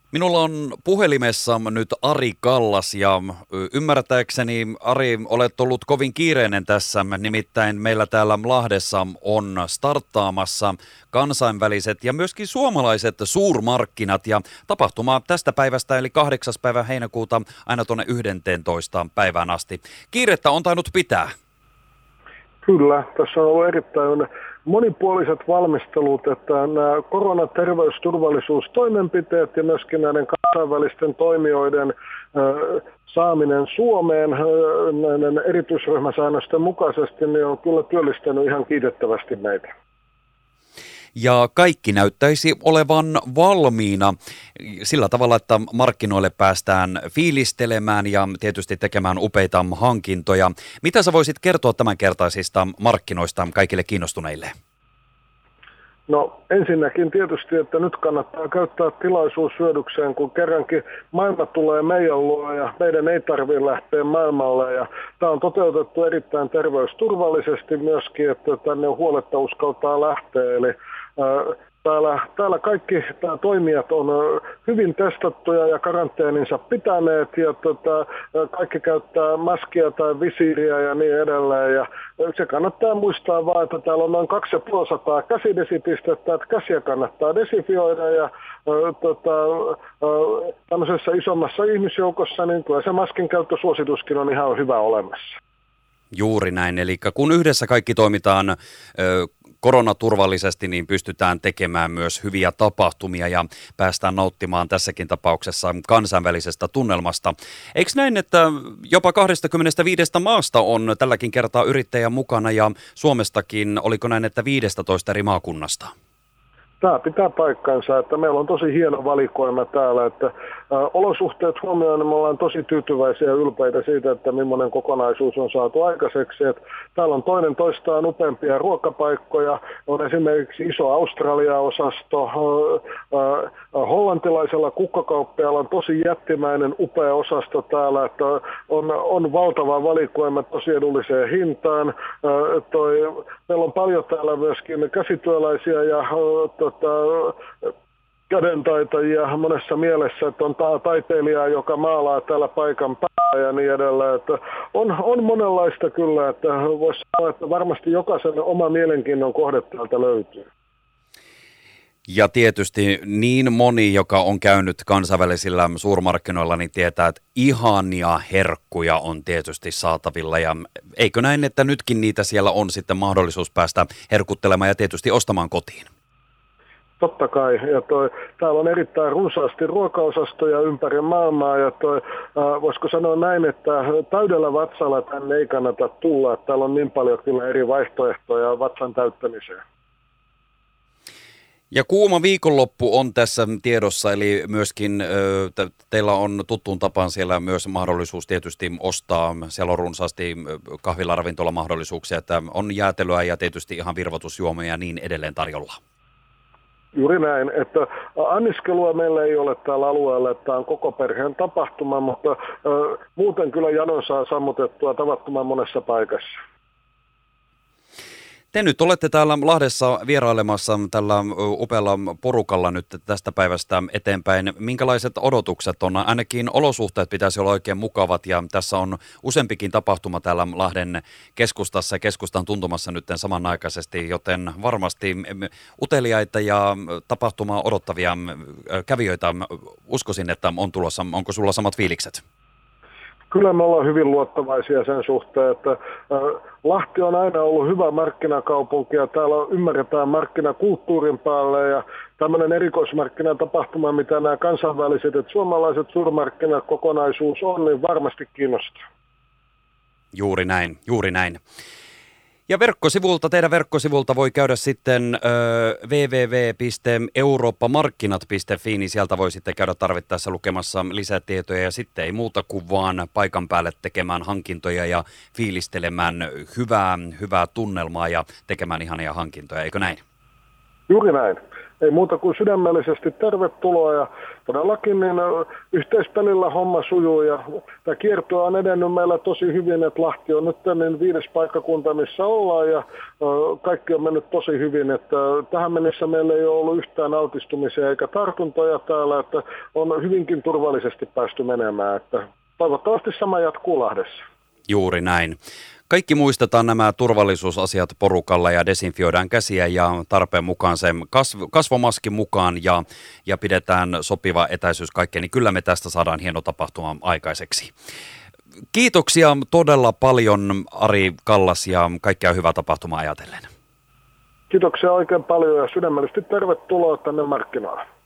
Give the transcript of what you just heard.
Minulla on puhelimessa nyt Ari Kallas ja ymmärtääkseni, Ari, olet ollut kovin kiireinen tässä, nimittäin meillä täällä Lahdessa on starttaamassa kansainväliset ja myöskin suomalaiset suurmarkkinat ja tapahtuma tästä päivästä eli 8. päivä heinäkuuta aina tuonne 11. päivään asti. Kiirettä on tainnut pitää. Kyllä, tässä on ollut erittäin monipuoliset valmistelut, että nämä koronaterveysturvallisuustoimenpiteet ja myöskin näiden kansainvälisten toimijoiden saaminen Suomeen näiden erityisryhmäsäännösten mukaisesti niin on kyllä työllistänyt ihan kiitettävästi meitä. Ja kaikki näyttäisi olevan valmiina sillä tavalla, että markkinoille päästään fiilistelemään ja tietysti tekemään upeita hankintoja. Mitä sä voisit kertoa tämänkertaisista markkinoista kaikille kiinnostuneille? No ensinnäkin tietysti, että nyt kannattaa käyttää tilaisuus hyödykseen, kun kerrankin maailma tulee meidän luo ja meidän ei tarvitse lähteä maailmalle. Ja tämä on toteutettu erittäin terveysturvallisesti myöskin, että tänne on huoletta uskaltaa lähteä. Eli täällä kaikki toimijat on hyvin testattuja ja karanteeninsa pitäneet ja kaikki käyttää maskia tai visiiriä ja niin edelleen. Ja se kannattaa muistaa vaan, että täällä on noin 250 käsidesipistettä, että käsiä kannattaa desifioida ja tämmöisessä isommassa ihmisjoukossa niin kyllä se maskin käyttösuosituskin on ihan hyvä olemassa. Juuri näin, eli kun yhdessä kaikki toimitaan koronaturvallisesti, niin pystytään tekemään myös hyviä tapahtumia ja päästään nauttimaan tässäkin tapauksessa kansainvälisestä tunnelmasta. Eikö näin, että jopa 25 maasta on tälläkin kertaa yrittäjä mukana ja Suomestakin, oliko näin, että 15 eri maakunnasta? Tämä pitää paikkansa, että meillä on tosi hieno valikoima täällä, että olosuhteet huomioon, niin me ollaan tosi tyytyväisiä ja ylpeitä siitä, että millainen kokonaisuus on saatu aikaiseksi. Että täällä on toinen toistaan upeampia ruokapaikkoja, on esimerkiksi iso Australia-osasto, hollantilaisella kukkakauppiaalla on tosi jättimäinen upea osasto täällä, että on valtava valikoima tosi edulliseen hintaan. Meillä on paljon täällä myöskin käsityöläisiä ja kädentaitajia monessa mielessä, että on taiteilijaa, joka maalaa täällä paikan päällä ja niin edelleen. Että on monenlaista kyllä, että voisi sanoa, että varmasti jokaisen oma mielenkiinnon kohde täältä löytyy. Ja tietysti niin moni, joka on käynyt kansainvälisillä suurmarkkinoilla, niin tietää, että ihania herkkuja on tietysti saatavilla. Ja eikö näin, että nytkin niitä siellä on sitten mahdollisuus päästä herkuttelemaan ja tietysti ostamaan kotiin? Totta kai. Ja täällä on erittäin runsaasti ruokaosastoja ympäri maailmaa. Ja voisiko sanoa näin, että täydellä vatsalla tänne ei kannata tulla. Täällä on niin paljon kyllä eri vaihtoehtoja vatsan täyttämiseen. Ja kuuma viikonloppu on tässä tiedossa, eli myöskin teillä on tuttuun tapaan siellä myös mahdollisuus tietysti ostaa. Siellä on runsaasti kahvilaravintolamahdollisuuksia, että on jäätelöä ja tietysti ihan virvoitusjuomia ja niin edelleen tarjolla. Juuri näin, että anniskelua meillä ei ole täällä alueella, että tämä on koko perheen tapahtuma, mutta muuten kyllä janon saa sammutettua tavattoman monessa paikassa. Te nyt olette täällä Lahdessa vierailemassa tällä upealla porukalla nyt tästä päivästä eteenpäin. Minkälaiset odotukset on? Ainakin olosuhteet pitäisi olla oikein mukavat ja tässä on useampikin tapahtuma täällä Lahden keskustassa ja keskustan tuntumassa nyt samanaikaisesti, joten varmasti uteliaita ja tapahtumaa odottavia kävijöitä uskoisin, että on tulossa. Onko sulla samat fiilikset? Kyllä me ollaan hyvin luottavaisia sen suhteen, että Lahti on aina ollut hyvä markkinakaupunki ja täällä ymmärretään markkinakulttuurin päälle ja tämmöinen erikoismarkkinatapahtuma, mitä nämä kansainväliset ja suomalaiset suurmarkkinakokonaisuus on, niin varmasti kiinnostaa. Juuri näin, juuri näin. Ja teidän verkkosivulta voi käydä sitten www.eurooppamarkkinat.fi, niin sieltä voi sitten käydä tarvittaessa lukemassa lisätietoja ja sitten ei muuta kuin vaan paikan päälle tekemään hankintoja ja fiilistelemään hyvää tunnelmaa ja tekemään ihania hankintoja, eikö näin? Juuri näin. ei muuta kuin sydämellisesti tervetuloa ja todellakin niin yhteispelillä homma sujuu ja tämä kierto on edennyt meillä tosi hyvin, että Lahti on nyt niin 5. paikkakunta, missä ollaan ja kaikki on mennyt tosi hyvin, että tähän mennessä meillä ei ole ollut yhtään altistumisia eikä tartuntoja täällä, että on hyvinkin turvallisesti päästy menemään, että toivottavasti sama jatkuu Lahdessa. Juuri näin. Kaikki muistetaan nämä turvallisuusasiat porukalla ja desinfioidaan käsiä ja tarpeen mukaan sen kasvomaskin mukaan ja pidetään sopiva etäisyys kaikkeen, niin kyllä me tästä saadaan hieno tapahtuma aikaiseksi. Kiitoksia todella paljon Ari Kallas ja kaikkea hyvää tapahtumaa ajatellen. Kiitoksia oikein paljon ja sydämellisesti tervetuloa tänne markkinoille.